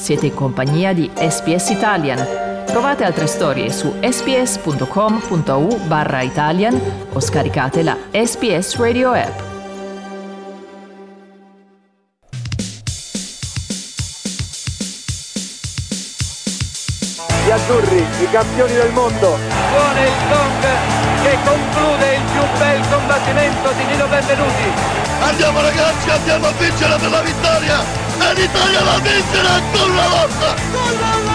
Siete in compagnia di SPS Italian. Trovate altre storie su sps.com.au/Italian o scaricate la SPS Radio app. Gli azzurri, i campioni del mondo. Suona il gong che conclude il più bel combattimento di Nino Benvenuti. Andiamo ragazzi, andiamo a vincere per la vittoria! E l'Italia la vincerà ancora una volta!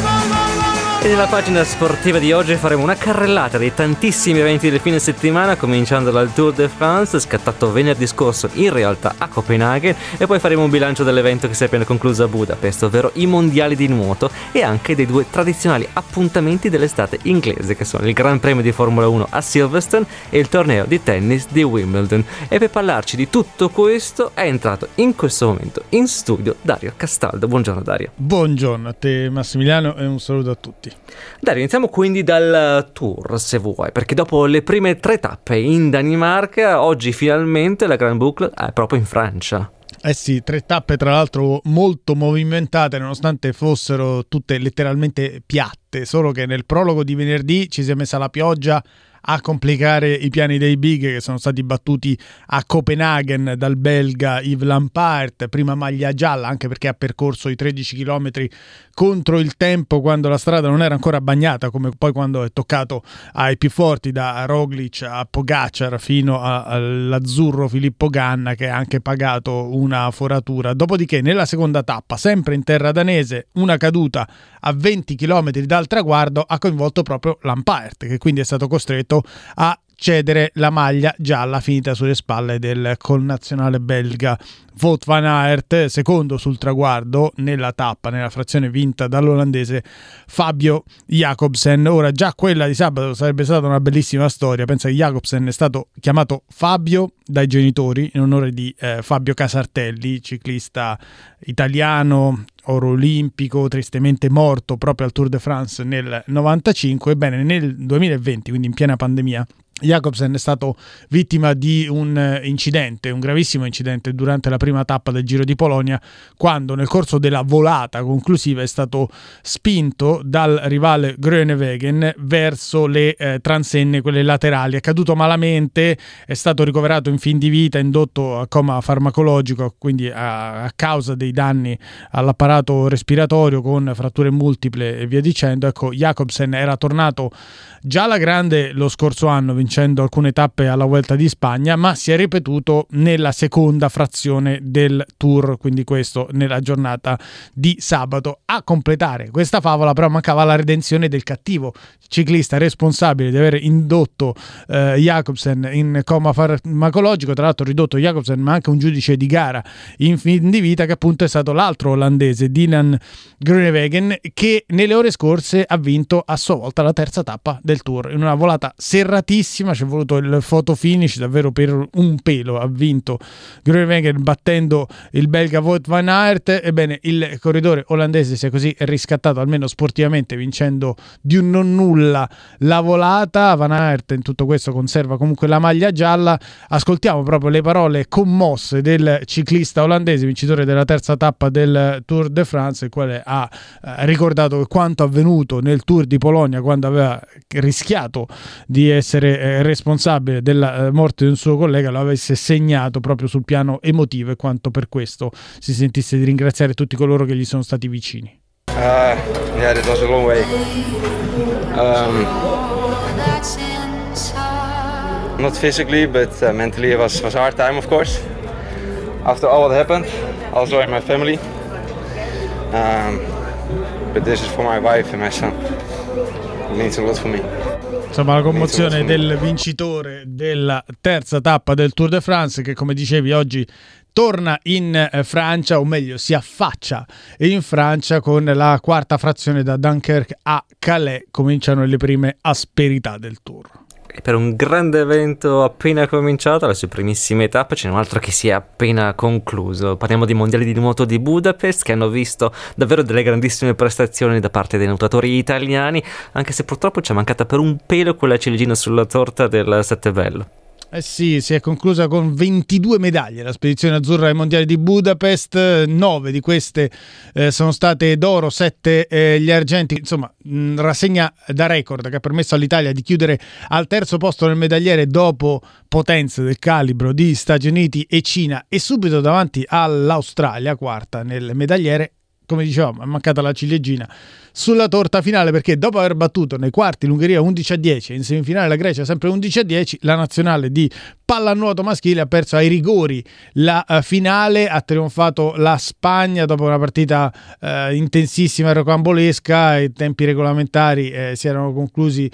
E nella pagina sportiva di oggi faremo una carrellata dei tantissimi eventi del fine settimana, cominciando dal Tour de France, scattato venerdì scorso in realtà a Copenaghen, e poi faremo un bilancio dell'evento che si è appena concluso a Budapest, ovvero i mondiali di nuoto, e anche dei due tradizionali appuntamenti dell'estate inglese, che sono il Gran Premio di Formula 1 a Silverstone e il torneo di tennis di Wimbledon. E per parlarci di tutto questo è entrato in questo momento in studio Dario Castaldo. Buongiorno Dario. Buongiorno a te Massimiliano e un saluto a tutti. Dario, iniziamo quindi dal Tour, se vuoi, perché dopo le prime 3 tappe in Danimarca, oggi finalmente la Grand Boucle è proprio in Francia. Eh sì, 3 tappe tra l'altro molto movimentate, nonostante fossero tutte letteralmente piatte, solo che nel prologo di venerdì ci si è messa la pioggia a complicare i piani dei big, che sono stati battuti a Copenaghen dal belga Yves Lampaert, prima maglia gialla, anche perché ha percorso i 13 km contro il tempo quando la strada non era ancora bagnata, come poi quando è toccato ai più forti, da Roglic a Pogacar fino all'azzurro Filippo Ganna, che ha anche pagato una foratura. Dopodiché nella seconda tappa, sempre in terra danese, una caduta a 20 km dal traguardo ha coinvolto proprio Lampaert, che quindi è stato costretto a cedere la maglia gialla finita sulle spalle del connazionale belga Wout van Aert, secondo sul traguardo nella tappa, nella frazione vinta dall'olandese Fabio Jacobsen. Ora, già quella di sabato sarebbe stata una bellissima storia. Pensa che Jacobsen è stato chiamato Fabio dai genitori in onore di Fabio Casartelli, ciclista italiano, oro olimpico, tristemente morto proprio al Tour de France nel 95. Ebbene, nel 2020, quindi in piena pandemia, Jacobsen è stato vittima di un incidente, un gravissimo incidente durante la prima tappa del Giro di Polonia, quando nel corso della volata conclusiva è stato spinto dal rivale Groenewegen verso le transenne, quelle laterali. È caduto malamente, è stato ricoverato in fin di vita, indotto a coma farmacologico, quindi a causa dei danni all'apparato respiratorio, con fratture multiple e via dicendo. Ecco, Jacobsen era tornato già alla grande lo scorso anno, vincendo alcune tappe alla Vuelta di Spagna, ma si è ripetuto nella seconda frazione del Tour, quindi questo nella giornata di sabato. A completare questa favola però mancava la redenzione del cattivo ciclista responsabile di aver indotto Jacobsen in coma farmacologico. Tra l'altro ridotto Jacobsen, ma anche un giudice di gara in fin di vita, che appunto è stato l'altro olandese, Dylan Groenewegen, che nelle ore scorse ha vinto a sua volta la terza tappa del Tour in una volata serratissima. Ci è voluto il photo finish davvero per un pelo. Ha vinto Groenewegen battendo il belga Wout van Aert. Ebbene, il corridore olandese si è così riscattato almeno sportivamente, vincendo di un non nulla la volata. Van Aert in tutto questo conserva comunque la maglia gialla. Ascoltiamo proprio le parole commosse del ciclista olandese, vincitore della terza tappa del Tour de France, il quale ha ricordato quanto avvenuto nel Tour di Polonia, quando aveva rischiato di essere responsabile della morte di un suo collega, lo avesse segnato proprio sul piano emotivo, e quanto per questo si sentisse di ringraziare tutti coloro che gli sono stati vicini. Yeah, that was a long way. Not physically, but mentally it was a hard time, of course. After all what happened, also in my family. But this is for my wife and my son. It means a lot for me. Insomma, la commozione del vincitore della terza tappa del Tour de France, che come dicevi oggi torna in Francia, o meglio si affaccia in Francia con la quarta frazione da Dunkerque a Calais. Cominciano le prime asperità del Tour. Per un grande evento appena cominciato, alle sue primissime tappe, c'è un altro che si è appena concluso. Parliamo dei mondiali di nuoto di Budapest, che hanno visto davvero delle grandissime prestazioni da parte dei nuotatori italiani, anche se purtroppo ci è mancata per un pelo quella ciliegina sulla torta del Sette Bello. Sì, si è conclusa con 22 medaglie la spedizione azzurra ai mondiali di Budapest, 9 di queste sono state d'oro, 7 gli argenti, insomma rassegna da record che ha permesso all'Italia di chiudere al terzo posto nel medagliere dopo potenze del calibro di Stati Uniti e Cina e subito davanti all'Australia, quarta nel medagliere. Come dicevamo, è mancata la ciliegina sulla torta finale, perché dopo aver battuto nei quarti l'Ungheria 11-10 e in semifinale la Grecia sempre 11-10, la nazionale di pallanuoto maschile ha perso ai rigori la finale, ha trionfato la Spagna dopo una partita intensissima e rocambolesca. I tempi regolamentari si erano conclusi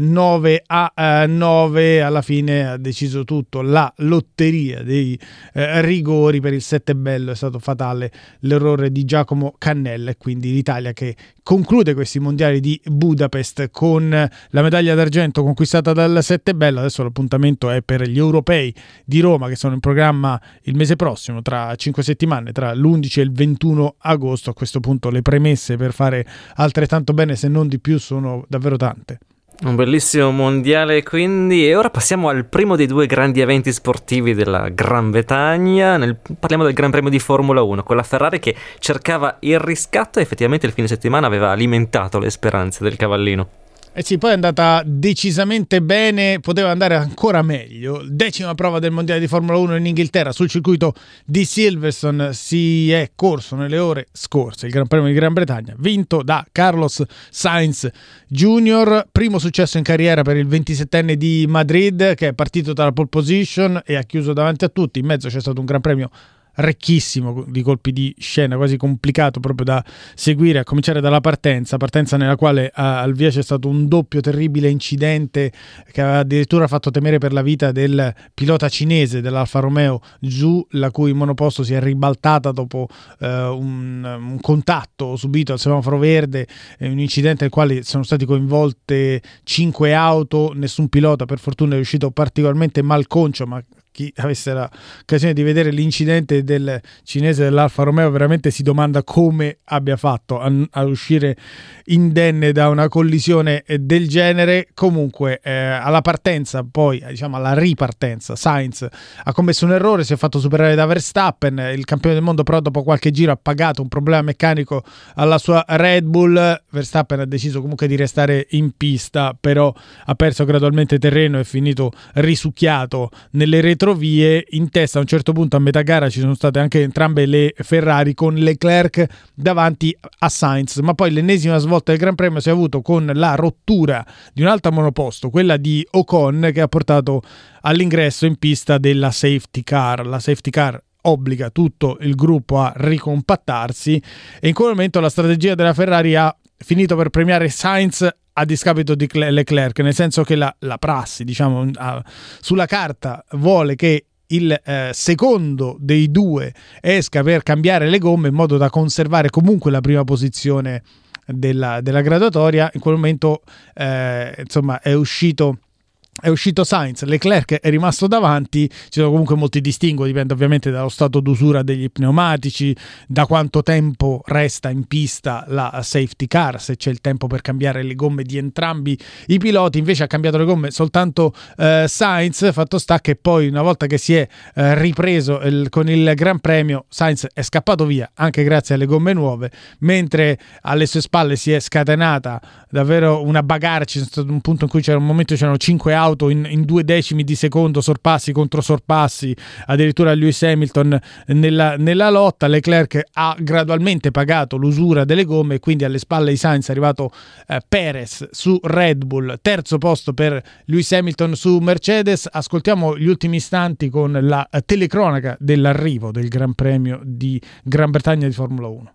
9-9, alla fine ha deciso tutto la lotteria dei rigori. Per il sette bello è stato fatale l'errore di Giacomo Cannella, e quindi l'Italia che conclude questi mondiali di Budapest con la medaglia d'argento conquistata dal sette bello. Adesso l'appuntamento è per gli europei di Roma, che sono in programma il mese prossimo, tra 5 settimane, tra l'11 e il 21 agosto. A questo punto le premesse per fare altrettanto bene, se non di più, sono davvero tante. Un bellissimo mondiale quindi, e ora passiamo al primo dei due grandi eventi sportivi della Gran Bretagna. Parliamo del Gran Premio di Formula 1, con la Ferrari che cercava il riscatto e effettivamente il fine settimana aveva alimentato le speranze del cavallino. Eh sì, poi è andata decisamente bene, poteva andare ancora meglio. 10ª prova del mondiale di Formula 1 in Inghilterra, sul circuito di Silverstone si è corso nelle ore scorse il Gran Premio di Gran Bretagna, vinto da Carlos Sainz Jr., primo successo in carriera per il 27enne di Madrid, che è partito dalla pole position e ha chiuso davanti a tutti. In mezzo c'è stato un Gran Premio ricchissimo di colpi di scena, quasi complicato proprio da seguire, a cominciare dalla partenza nella quale al via c'è stato un doppio terribile incidente che aveva addirittura fatto temere per la vita del pilota cinese dell'Alfa Romeo Zhu, la cui monoposto si è ribaltata dopo un contatto subito al semaforo verde, un incidente nel quale sono stati coinvolte 5 auto, nessun pilota per fortuna è riuscito particolarmente malconcio, ma chi avesse l'occasione di vedere l'incidente del cinese dell'Alfa Romeo veramente si domanda come abbia fatto a uscire indenne da una collisione del genere. Comunque alla partenza, poi diciamo alla ripartenza, Sainz ha commesso un errore, si è fatto superare da Verstappen, il campione del mondo, però dopo qualche giro ha pagato un problema meccanico alla sua Red Bull. Verstappen ha deciso comunque di restare in pista, però ha perso gradualmente terreno e è finito risucchiato nelle retrovie. In testa a un certo punto a metà gara ci sono state anche entrambe le Ferrari, con Leclerc davanti a Sainz, ma poi l'ennesima svolta del Gran Premio si è avuto con la rottura di un'altra monoposto, quella di Ocon, che ha portato all'ingresso in pista della safety car. La safety car obbliga tutto il gruppo a ricompattarsi e in quel momento la strategia della Ferrari ha finito per premiare Sainz a discapito di Leclerc, nel senso che la prassi, diciamo, sulla carta vuole che il secondo dei due esca per cambiare le gomme in modo da conservare comunque la prima posizione della graduatoria. In quel momento insomma è uscito Sainz, Leclerc è rimasto davanti. Ci sono comunque molti distinguo, dipende ovviamente dallo stato d'usura degli pneumatici, da quanto tempo resta in pista la safety car, se c'è il tempo per cambiare le gomme di entrambi i piloti. Invece ha cambiato le gomme soltanto Sainz. Fatto sta che poi, una volta che si è ripreso con il Gran Premio, Sainz è scappato via anche grazie alle gomme nuove, mentre alle sue spalle si è scatenata davvero una bagarre. C'è stato un punto in cui c'era un momento, c'erano 5 auto in 2 decimi di secondo, sorpassi contro sorpassi, addirittura Lewis Hamilton nella lotta. Leclerc ha gradualmente pagato l'usura delle gomme e quindi alle spalle di Sainz è arrivato Perez su Red Bull, terzo posto per Lewis Hamilton su Mercedes. Ascoltiamo gli ultimi istanti con la telecronaca dell'arrivo del Gran Premio di Gran Bretagna di Formula 1.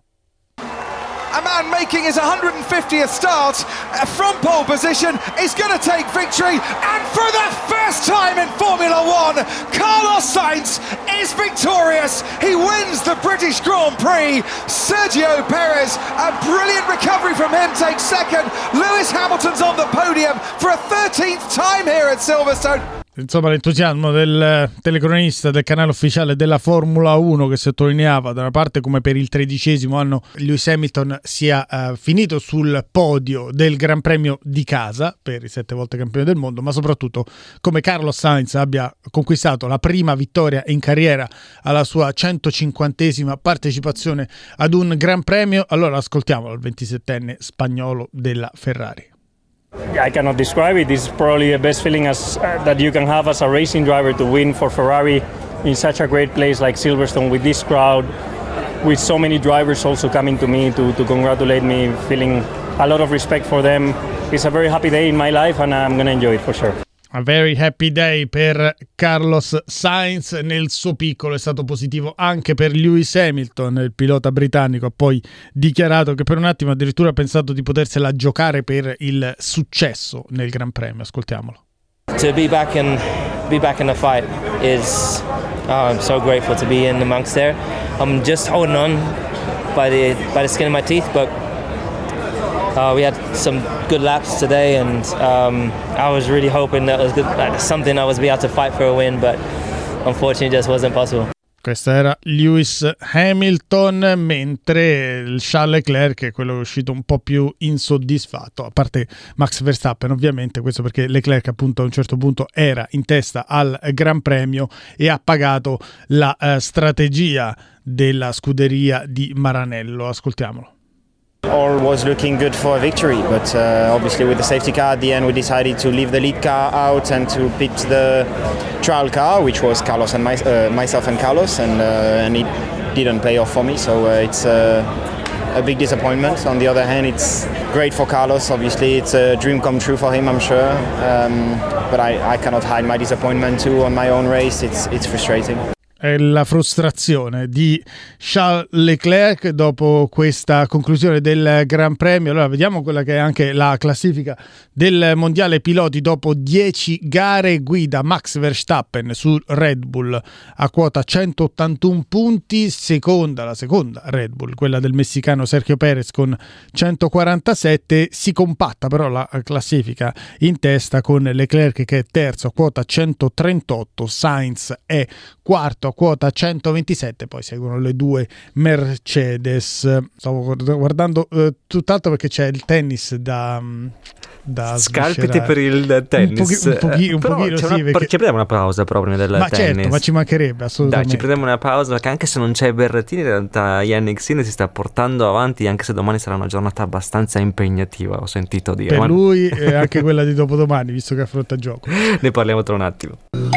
Making his 150th start from pole position is going to take victory, and for the first time in Formula 1, Carlos Sainz is victorious. He wins the British Grand Prix. Sergio Perez, a brilliant recovery from him, takes second. Lewis Hamilton's on the podium for a 13th time here at Silverstone. Insomma, l'entusiasmo del telecronista del canale ufficiale della Formula 1, che sottolineava da una parte come per il 13° anno Lewis Hamilton sia finito sul podio del Gran Premio di casa per i 7 volte campione del mondo, ma soprattutto come Carlos Sainz abbia conquistato la prima vittoria in carriera alla sua 150esima partecipazione ad un Gran Premio. Allora ascoltiamolo, il 27enne spagnolo della Ferrari. I cannot describe it. It's probably the best feeling that you can have as a racing driver, to win for Ferrari in such a great place like Silverstone, with this crowd, with so many drivers also coming to me to congratulate me, feeling a lot of respect for them. It's a very happy day in my life and I'm going to enjoy it for sure. A very happy day per Carlos Sainz. Nel suo piccolo è stato positivo anche per Lewis Hamilton. Il pilota britannico ha poi dichiarato che per un attimo addirittura ha pensato di potersela giocare per il successo nel Gran Premio. Ascoltiamolo. To be back in the fight is I'm so grateful to be in amongst there. I'm just holding on by the skin of my teeth, but we had some good laps today, and I was really hoping that was good, something I was be able to fight for a win, but unfortunately it just wasn't possible. Questo era Lewis Hamilton, mentre Charles Leclerc è quello che è uscito un po' più insoddisfatto, a parte Max Verstappen ovviamente, questo perché Leclerc appunto a un certo punto era in testa al Gran Premio e ha pagato la strategia della scuderia di Maranello. Ascoltiamolo. All was looking good for a victory, but obviously with the safety car at the end we decided to leave the lead car out and to pit the trial car, which was Carlos and myself and Carlos, and it didn't pay off for me, so it's a big disappointment. On the other hand, it's great for Carlos, obviously it's a dream come true for him, I'm sure, but I cannot hide my disappointment too on my own race. It's frustrating. La frustrazione di Charles Leclerc dopo questa conclusione del Gran Premio. Allora vediamo quella che è anche la classifica del mondiale piloti dopo 10 gare. Guida Max Verstappen su Red Bull a quota 181 punti, la seconda Red Bull, quella del messicano Sergio Perez con 147. Si compatta però la classifica in testa con Leclerc che è terzo a quota 138, Sainz è quarto a quota 127, poi seguono le due Mercedes. Stavo guardando tutt'altro perché c'è il tennis da scalpiti per il tennis. Un pochino sì, perché... ci prendiamo una pausa proprio del tennis. Certo, ma ci mancherebbe assolutamente. Dai, ci prendiamo una pausa, perché anche se non c'è Berrettini in realtà Yannick Sinner si sta portando avanti, anche se domani sarà una giornata abbastanza impegnativa, ho sentito dire. Per lui e anche quella di dopodomani, visto che affronta il gioco. Ne parliamo tra un attimo.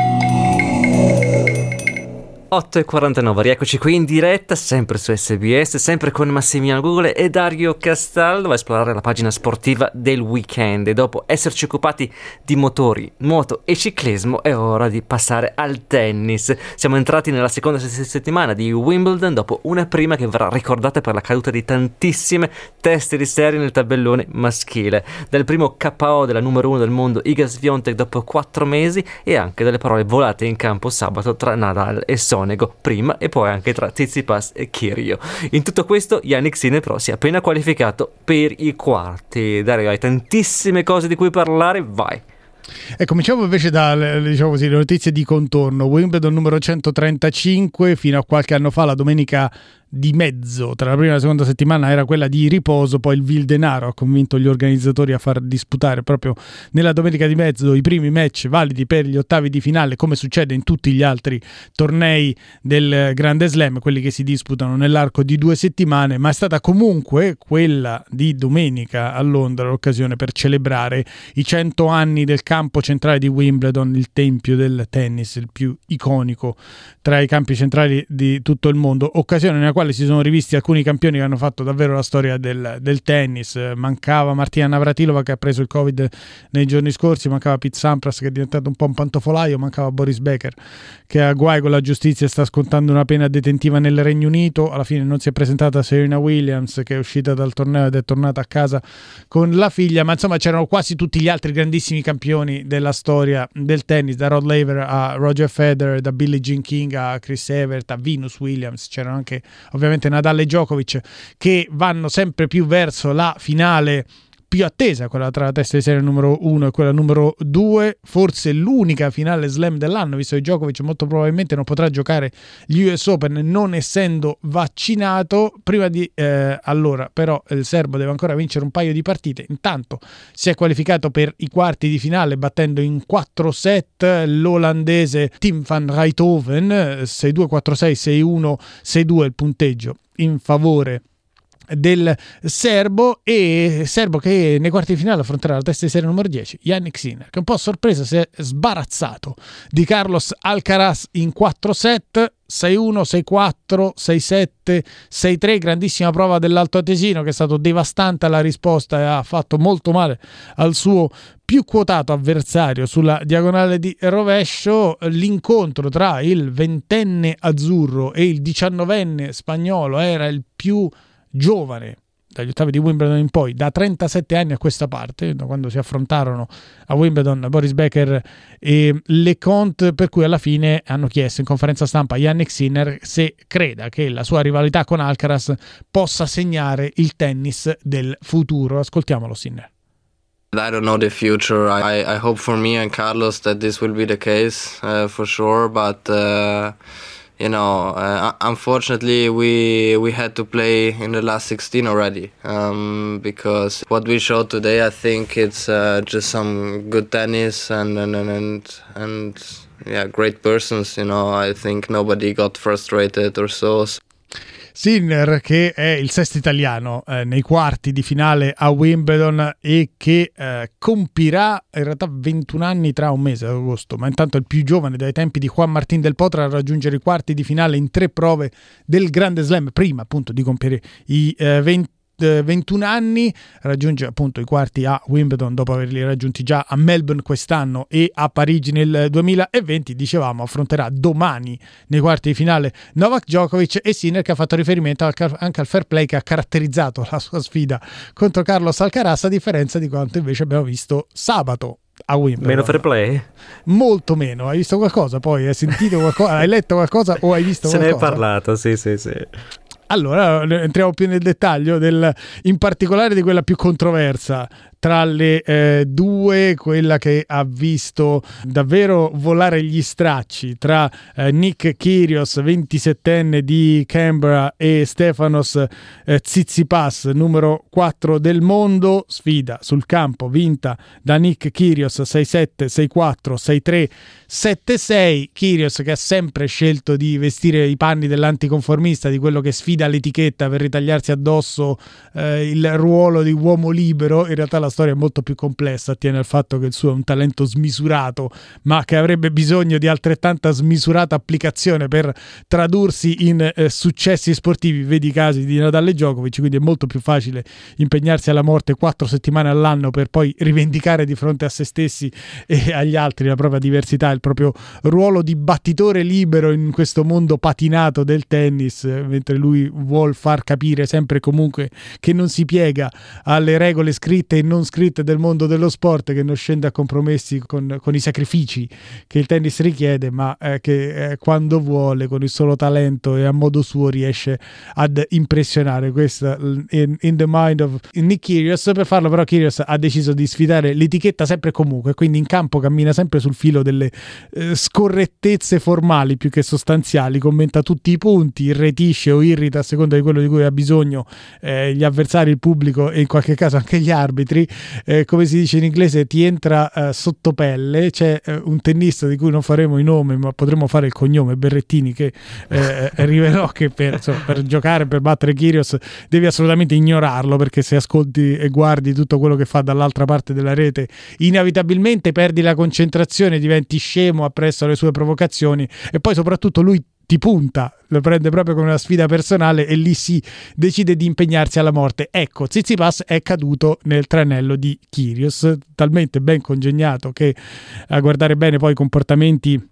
8:49, rieccoci qui in diretta, sempre su SBS, sempre con Massimiliano Google e Dario Castaldo a esplorare la pagina sportiva del weekend. E dopo esserci occupati di motori, nuoto e ciclismo è ora di passare al tennis. Siamo entrati nella seconda settimana di Wimbledon dopo una prima che verrà ricordata per la caduta di tantissime teste di serie nel tabellone maschile, del primo KO della numero 1 del mondo Iga Swiatek dopo 4 mesi e anche delle parole volate in campo sabato tra Nadal e Sonego prima e poi anche tra Tsitsipas e Kyrgios. In tutto questo Yannick Sinner però si è appena qualificato per i quarti. Dario, hai tantissime cose di cui parlare, vai. E cominciamo invece dalle le notizie di contorno. Wimbledon numero 135, fino a qualche anno fa la domenica di mezzo tra la prima e la seconda settimana era quella di riposo, poi il Vil Denaro ha convinto gli organizzatori a far disputare proprio nella domenica di mezzo i primi match validi per gli ottavi di finale, come succede in tutti gli altri tornei del Grande Slam, quelli che si disputano nell'arco di 2 settimane, ma è stata comunque quella di domenica a Londra l'occasione per celebrare i 100 anni del campo centrale di Wimbledon, il tempio del tennis, il più iconico tra i campi centrali di tutto il mondo, occasione nella quale si sono rivisti alcuni campioni che hanno fatto davvero la storia del tennis. Mancava Martina Navratilova che ha preso il Covid nei giorni scorsi, mancava Pete Sampras che è diventato un po' un pantofolaio, mancava Boris Becker che a guai con la giustizia sta scontando una pena detentiva nel Regno Unito. Alla fine non si è presentata Serena Williams che è uscita dal torneo ed è tornata a casa con la figlia, ma insomma c'erano quasi tutti gli altri grandissimi campioni della storia del tennis, da Rod Laver a Roger Federer, da Billie Jean King a Chris Evert a Venus Williams. C'erano anche ovviamente Nadal e Djokovic che vanno sempre più verso la finale più attesa, quella tra la testa di serie numero 1 e quella numero 2, forse l'unica finale slam dell'anno, visto che Djokovic molto probabilmente non potrà giocare gli US Open non essendo vaccinato. Prima di allora però il serbo deve ancora vincere un paio di partite. Intanto si è qualificato per i quarti di finale battendo in 4 set l'olandese Tim van Rijthoven, 6-2, 4-6, 6-1, 6-2 il punteggio in favore del serbo, e serbo che nei quarti di finale affronterà la testa di serie numero 10 Jannik Sinner, che un po' a sorpresa si è sbarazzato di Carlos Alcaraz in 4 set, 6-1, 6-4, 6-7, 6-3, grandissima prova dell'altoatesino che è stato devastante alla risposta e ha fatto molto male al suo più quotato avversario sulla diagonale di rovescio. L'incontro tra il 20enne azzurro e il 19enne spagnolo era il più giovane dagli ottavi di Wimbledon in poi, da 37 anni a questa parte, da quando si affrontarono a Wimbledon Boris Becker e LeConte, per cui alla fine hanno chiesto in conferenza stampa a Jannik Sinner se creda che la sua rivalità con Alcaraz possa segnare il tennis del futuro. Ascoltiamolo Sinner. I don't know the future. I hope for me and Carlos that this will be the case for sure, but unfortunately we had to play in the last 16 already because what we showed today, I think it's just some good tennis and great persons. I think nobody got frustrated or so. Sinner, che è il sesto italiano nei quarti di finale a Wimbledon e che compirà in realtà 21 anni tra un mese, ad agosto, ma intanto è il più giovane dai tempi di Juan Martín del Potro a raggiungere i quarti di finale in 3 prove del Grande Slam, prima appunto di compiere i 21 anni. Raggiunge appunto i quarti a Wimbledon dopo averli raggiunti già a Melbourne quest'anno e a Parigi nel 2020. Dicevamo, affronterà domani nei quarti di finale Novak Djokovic, e Sinner che ha fatto riferimento anche al fair play che ha caratterizzato la sua sfida contro Carlos Alcaraz, a differenza di quanto invece abbiamo visto sabato a Wimbledon. Meno fair play? Molto meno. Hai visto qualcosa poi? Hai sentito qualcosa? Hai letto qualcosa o hai visto qualcosa? Se ne è parlato, sì. Allora, entriamo più nel dettaglio in particolare di quella più controversa tra le due, quella che ha visto davvero volare gli stracci tra Nick Kyrgios, 27enne di Canberra, e Stefanos Tsitsipas, numero 4 del mondo. Sfida sul campo vinta da Nick Kyrgios 6-7, 6-4, 6-3, 7-6. Kyrgios che ha sempre scelto di vestire i panni dell'anticonformista, di quello che sfida l'etichetta per ritagliarsi addosso il ruolo di uomo libero. In realtà la storia è molto più complessa, attiene al fatto che il suo è un talento smisurato, ma che avrebbe bisogno di altrettanta smisurata applicazione per tradursi in successi sportivi. Vedi i casi di Nadal e Djokovic, quindi è molto più facile impegnarsi alla morte 4 settimane all'anno per poi rivendicare di fronte a se stessi e agli altri la propria diversità, il proprio ruolo di battitore libero in questo mondo patinato del tennis, mentre lui vuol far capire sempre e comunque che non si piega alle regole scritte e non scritte del mondo dello sport, che non scende a compromessi con i sacrifici che il tennis richiede, ma che quando vuole, con il solo talento e a modo suo, riesce ad impressionare. Questa in the mind of Nick Kyrgios. Per farlo però Kyrgios ha deciso di sfidare l'etichetta sempre e comunque, quindi in campo cammina sempre sul filo delle scorrettezze formali più che sostanziali, commenta tutti i punti, irretisce o irrita a seconda di quello di cui ha bisogno gli avversari, il pubblico e in qualche caso anche gli arbitri. Come si dice in inglese, ti entra sotto pelle. C'è un tennista di cui non faremo i nomi, ma potremmo fare il cognome, Berrettini, che rivelò che per giocare, per battere Kyrgios devi assolutamente ignorarlo, perché se ascolti e guardi tutto quello che fa dall'altra parte della rete inevitabilmente perdi la concentrazione, diventi scemo appresso alle sue provocazioni, e poi soprattutto lui ti punta, lo prende proprio come una sfida personale e lì si decide di impegnarsi alla morte. Ecco, Tsitsipas è caduto nel tranello di Kyrgios, talmente ben congegnato che, a guardare bene poi i comportamenti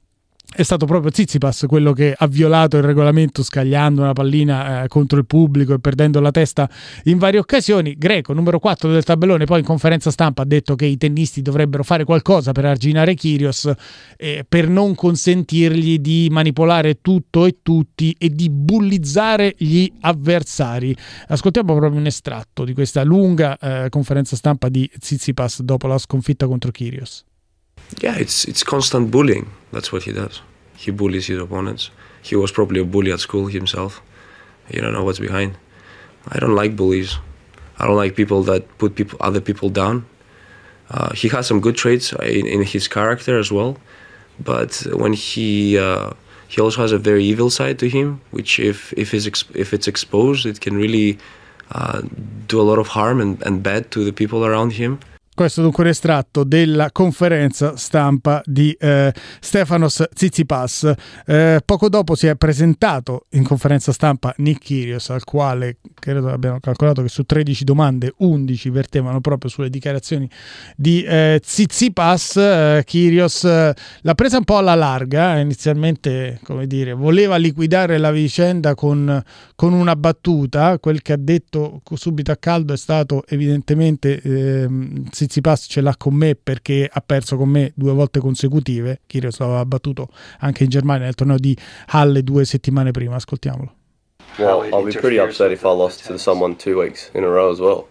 è stato proprio Tsitsipas quello che ha violato il regolamento scagliando una pallina contro il pubblico e perdendo la testa in varie occasioni. Greco, numero 4 del tabellone, poi in conferenza stampa ha detto che i tennisti dovrebbero fare qualcosa per arginare Kyrgios, per non consentirgli di manipolare tutto e tutti e di bullizzare gli avversari. Ascoltiamo proprio un estratto di questa lunga conferenza stampa di Tsitsipas dopo la sconfitta contro Kyrgios. Yeah, it's constant bullying. That's what he does. He bullies his opponents. He was probably a bully at school himself. You don't know what's behind. I don't like bullies. I don't like people that put other people down. He has some good traits in his character as well, but when he also has a very evil side to him, which if it's exposed, it can really do a lot of harm and bad to the people around him. Questo dunque un estratto della conferenza stampa di Stefanos Tsitsipas. Poco dopo si è presentato in conferenza stampa Nick Kyrgios, al quale credo abbiamo calcolato che su 13 domande 11 vertevano proprio sulle dichiarazioni di Tsitsipas. Kyrgios l'ha presa un po' alla larga, inizialmente, come dire, voleva liquidare la vicenda con una battuta. Quel che ha detto subito a caldo è stato evidentemente Tsitsipas ce l'ha con me perché ha perso con me 2 volte consecutive. Kyrgios l'aveva battuto anche in Germania nel torneo di Halle 2 settimane prima. Ascoltiamolo. Well, I'll be pretty upset if I lost to someone 2 weeks in a row as well.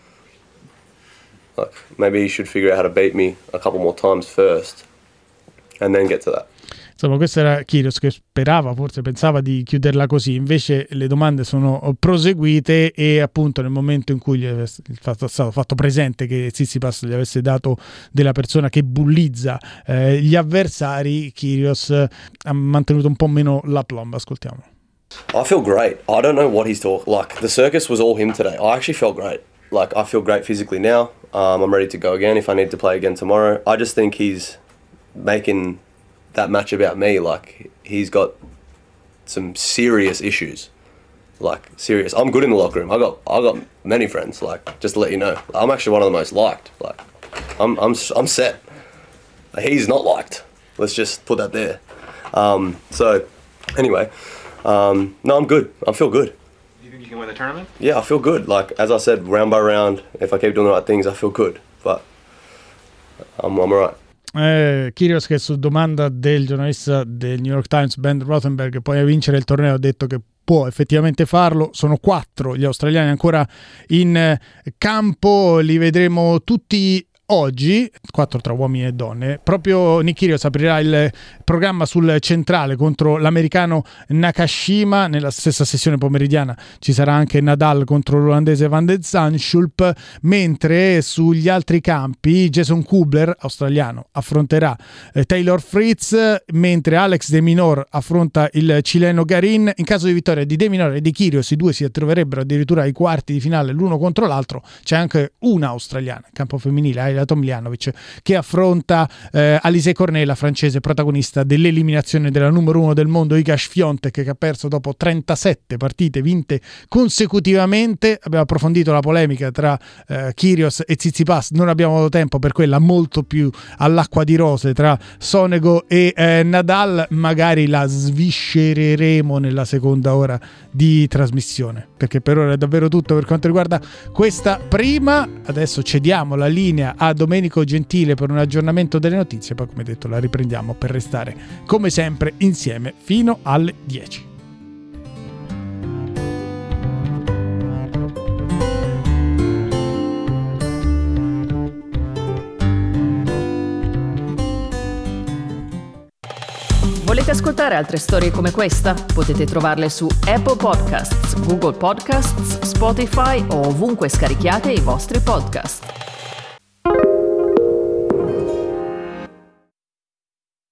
Like, maybe you should figure out how to beat me a couple more times first and then get to that. Insomma, questo era Kyrgios che sperava, forse pensava di chiuderla così, invece le domande sono proseguite e appunto nel momento in cui è stato fatto presente che Tsitsipas gli avesse dato della persona che bullizza gli avversari, Kyrgios ha mantenuto un po' meno la plomb. Ascoltiamo. I feel great. I don't know what he's talking. Like, the circus was all him today. I actually felt great. Like, I feel great physically now. I'm ready to go again if I need to play again tomorrow. I just think he's making that match about me. Like, he's got some serious issues. Like, serious. I'm good in the locker room. I got many friends. Like, just to let you know, I'm actually one of the most liked. Like, I'm set. He's not liked. Let's just put that there. So, anyway, no, I'm good. I feel good. Do you think you can win the tournament? Yeah, I feel good. Like, as I said, round by round, if I keep doing the right things, I feel good. But I'm alright. Kyrgios, che su domanda del giornalista del New York Times Ben Rothenberg può vincere il torneo, ha detto che può effettivamente farlo. Sono 4 gli australiani ancora in campo, li vedremo tutti oggi, 4 tra uomini e donne. Proprio Nick Kyrgios aprirà il programma sul centrale contro l'americano Nakashima. Nella stessa sessione pomeridiana ci sarà anche Nadal contro l'olandese Van de Zandschulp, mentre sugli altri campi Jason Kubler, australiano, affronterà Taylor Fritz, mentre Alex De Minaur affronta il cileno Garin. In caso di vittoria di De Minaur e di Kyrgios, i due si troverebbero addirittura ai quarti di finale l'uno contro l'altro. C'è anche una australiana in campo femminile, Tomljanovic, che affronta Alizé Cornet, la francese protagonista dell'eliminazione della numero 1 del mondo Iga Swiatek, che ha perso dopo 37 partite vinte consecutivamente. Abbiamo approfondito la polemica tra Kyrgios e Tsitsipas, non abbiamo avuto tempo per quella molto più all'acqua di rose tra Sonego e Nadal. Magari la sviscereremo nella seconda ora di trasmissione, perché per ora è davvero tutto per quanto riguarda questa prima. Adesso cediamo la linea a Domenico Gentile per un aggiornamento delle notizie, poi come detto la riprendiamo per restare come sempre insieme fino alle 10. Volete ascoltare altre storie come questa? Potete trovarle su Apple Podcasts, Google Podcasts, Spotify o ovunque scarichiate i vostri podcast.